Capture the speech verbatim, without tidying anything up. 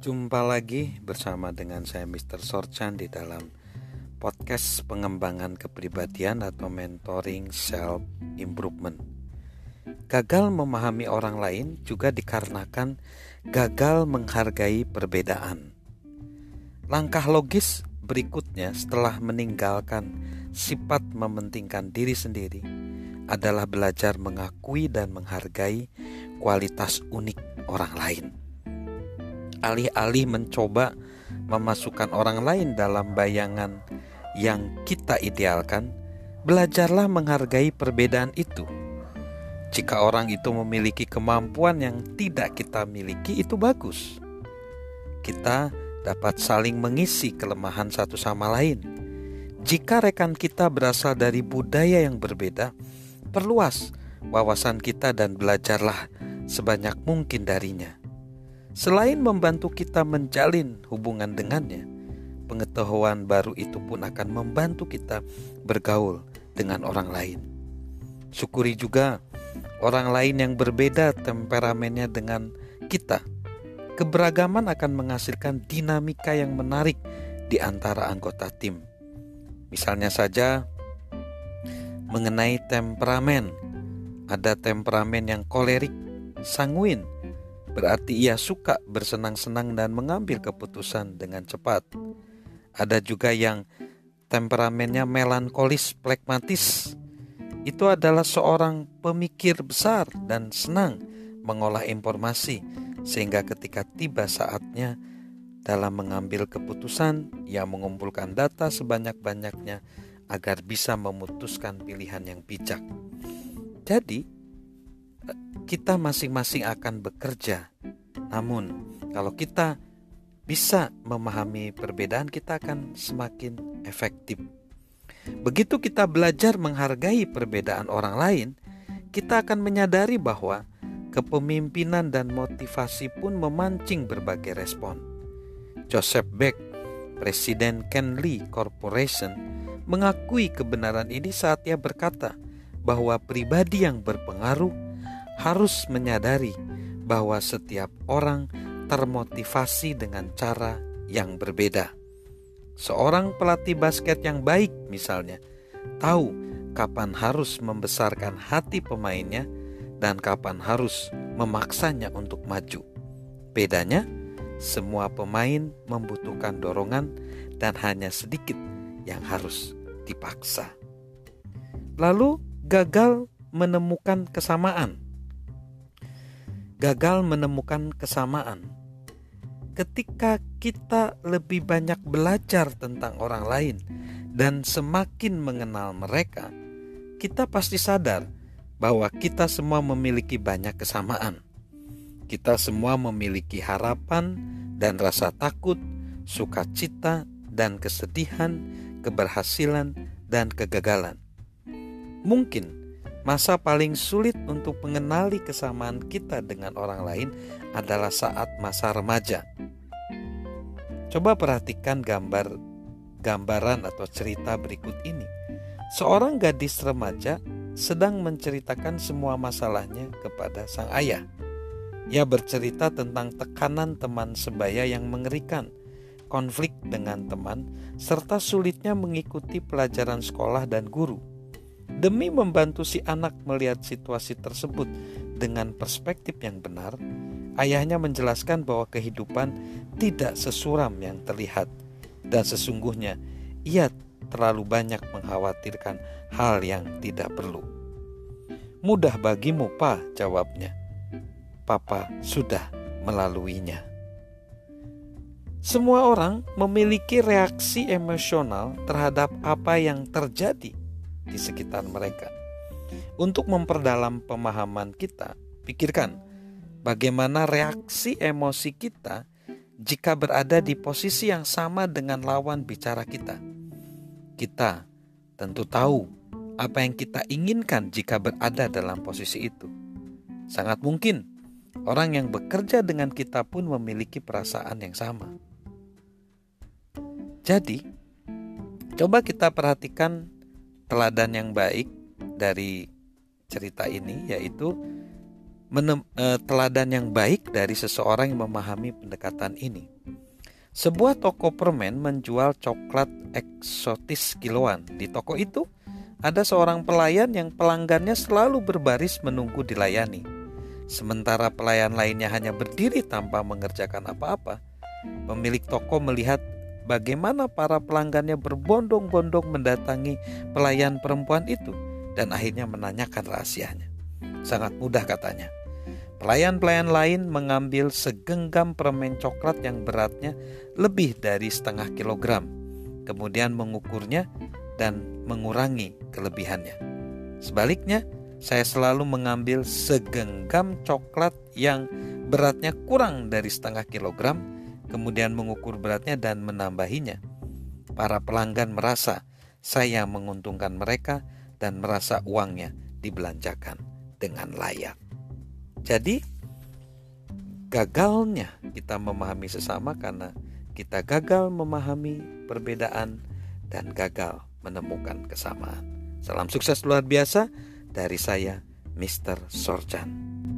Jumpa lagi bersama dengan saya mister Sorchan di dalam podcast pengembangan kepribadian atau mentoring self improvement. Gagal memahami orang lain juga dikarenakan gagal menghargai perbedaan. Langkah logis berikutnya setelah meninggalkan sifat mementingkan diri sendiri adalah belajar mengakui dan menghargai kualitas unik orang lain. Alih-alih mencoba memasukkan orang lain dalam bayangan yang kita idealkan, belajarlah menghargai perbedaan itu. Jika orang itu memiliki kemampuan yang tidak kita miliki, itu bagus. Kita dapat saling mengisi kelemahan satu sama lain. Jika rekan kita berasal dari budaya yang berbeda, perluas wawasan kita dan belajarlah sebanyak mungkin darinya. Selain membantu kita menjalin hubungan dengannya, pengetahuan baru itu pun akan membantu kita bergaul dengan orang lain. Syukuri juga orang lain yang berbeda temperamennya dengan kita. Keberagaman akan menghasilkan dinamika yang menarik di antara anggota tim. Misalnya saja mengenai temperamen. Ada temperamen yang kolerik, sanguin, berarti ia suka bersenang-senang dan mengambil keputusan dengan cepat. Ada juga yang temperamennya melankolis, plekmatis. Itu adalah seorang pemikir besar dan senang mengolah informasi, sehingga ketika tiba saatnya dalam mengambil keputusan, ia mengumpulkan data sebanyak-banyaknya agar bisa memutuskan pilihan yang bijak. Jadi, kita masing-masing akan bekerja. Namun, kalau kita bisa memahami perbedaan, kita akan semakin efektif. Begitu kita belajar menghargai perbedaan orang lain, kita akan menyadari bahwa kepemimpinan dan motivasi pun memancing berbagai respon. Joseph Beck, Presiden Kenley Corporation, mengakui kebenaran ini saat ia berkata bahwa pribadi yang berpengaruh harus menyadari bahwa setiap orang termotivasi dengan cara yang berbeda. Seorang pelatih basket yang baik misalnya tahu kapan harus membesarkan hati pemainnya dan kapan harus memaksanya untuk maju. Bedanya, semua pemain membutuhkan dorongan dan hanya sedikit yang harus dipaksa. Lalu gagal menemukan kesamaan. Gagal menemukan kesamaan. Ketika kita lebih banyak belajar tentang orang lain dan semakin mengenal mereka, kita pasti sadar bahwa kita semua memiliki banyak kesamaan. Kita semua memiliki harapan dan rasa takut, sukacita dan kesedihan, keberhasilan dan kegagalan. Mungkin masa paling sulit untuk mengenali kesamaan kita dengan orang lain adalah saat masa remaja. Coba perhatikan gambar gambaran atau cerita berikut ini. Seorang gadis remaja sedang menceritakan semua masalahnya kepada sang ayah. Ia bercerita tentang tekanan teman sebaya yang mengerikan, konflik dengan teman, serta sulitnya mengikuti pelajaran sekolah dan guru. Demi membantu si anak melihat situasi tersebut dengan perspektif yang benar, ayahnya menjelaskan bahwa kehidupan tidak sesuram yang terlihat dan sesungguhnya ia terlalu banyak mengkhawatirkan hal yang tidak perlu. Mudah bagimu, Pak, jawabnya. Papa sudah melaluinya. Semua orang memiliki reaksi emosional terhadap apa yang terjadi di sekitar mereka. Untuk memperdalam pemahaman kita, pikirkan bagaimana reaksi emosi kita jika berada di posisi yang sama dengan lawan bicara kita. Kita tentu tahu apa yang kita inginkan jika berada dalam posisi itu. Sangat mungkin orang yang bekerja dengan kita pun memiliki perasaan yang sama. Jadi, coba kita perhatikan teladan yang baik dari cerita ini, yaitu menem, eh, teladan yang baik dari seseorang yang memahami pendekatan ini. Sebuah toko permen menjual coklat eksotis kiloan. Di toko itu ada seorang pelayan yang pelanggannya selalu berbaris menunggu dilayani. Sementara pelayan lainnya hanya berdiri tanpa mengerjakan apa-apa. Pemilik toko melihat bagaimana para pelanggannya berbondong-bondong mendatangi pelayan perempuan itu dan akhirnya menanyakan rahasianya. Sangat mudah, katanya. Pelayan-pelayan lain mengambil segenggam permen coklat yang beratnya lebih dari setengah kilogram, kemudian mengukurnya dan mengurangi kelebihannya. Sebaliknya, saya selalu mengambil segenggam coklat yang beratnya kurang dari setengah kilogram, kemudian mengukur beratnya dan menambahinya. Para pelanggan merasa saya menguntungkan mereka dan merasa uangnya dibelanjakan dengan layak. Jadi, gagalnya kita memahami sesama karena kita gagal memahami perbedaan dan gagal menemukan kesamaan. Salam sukses luar biasa dari saya, mister Sorchan.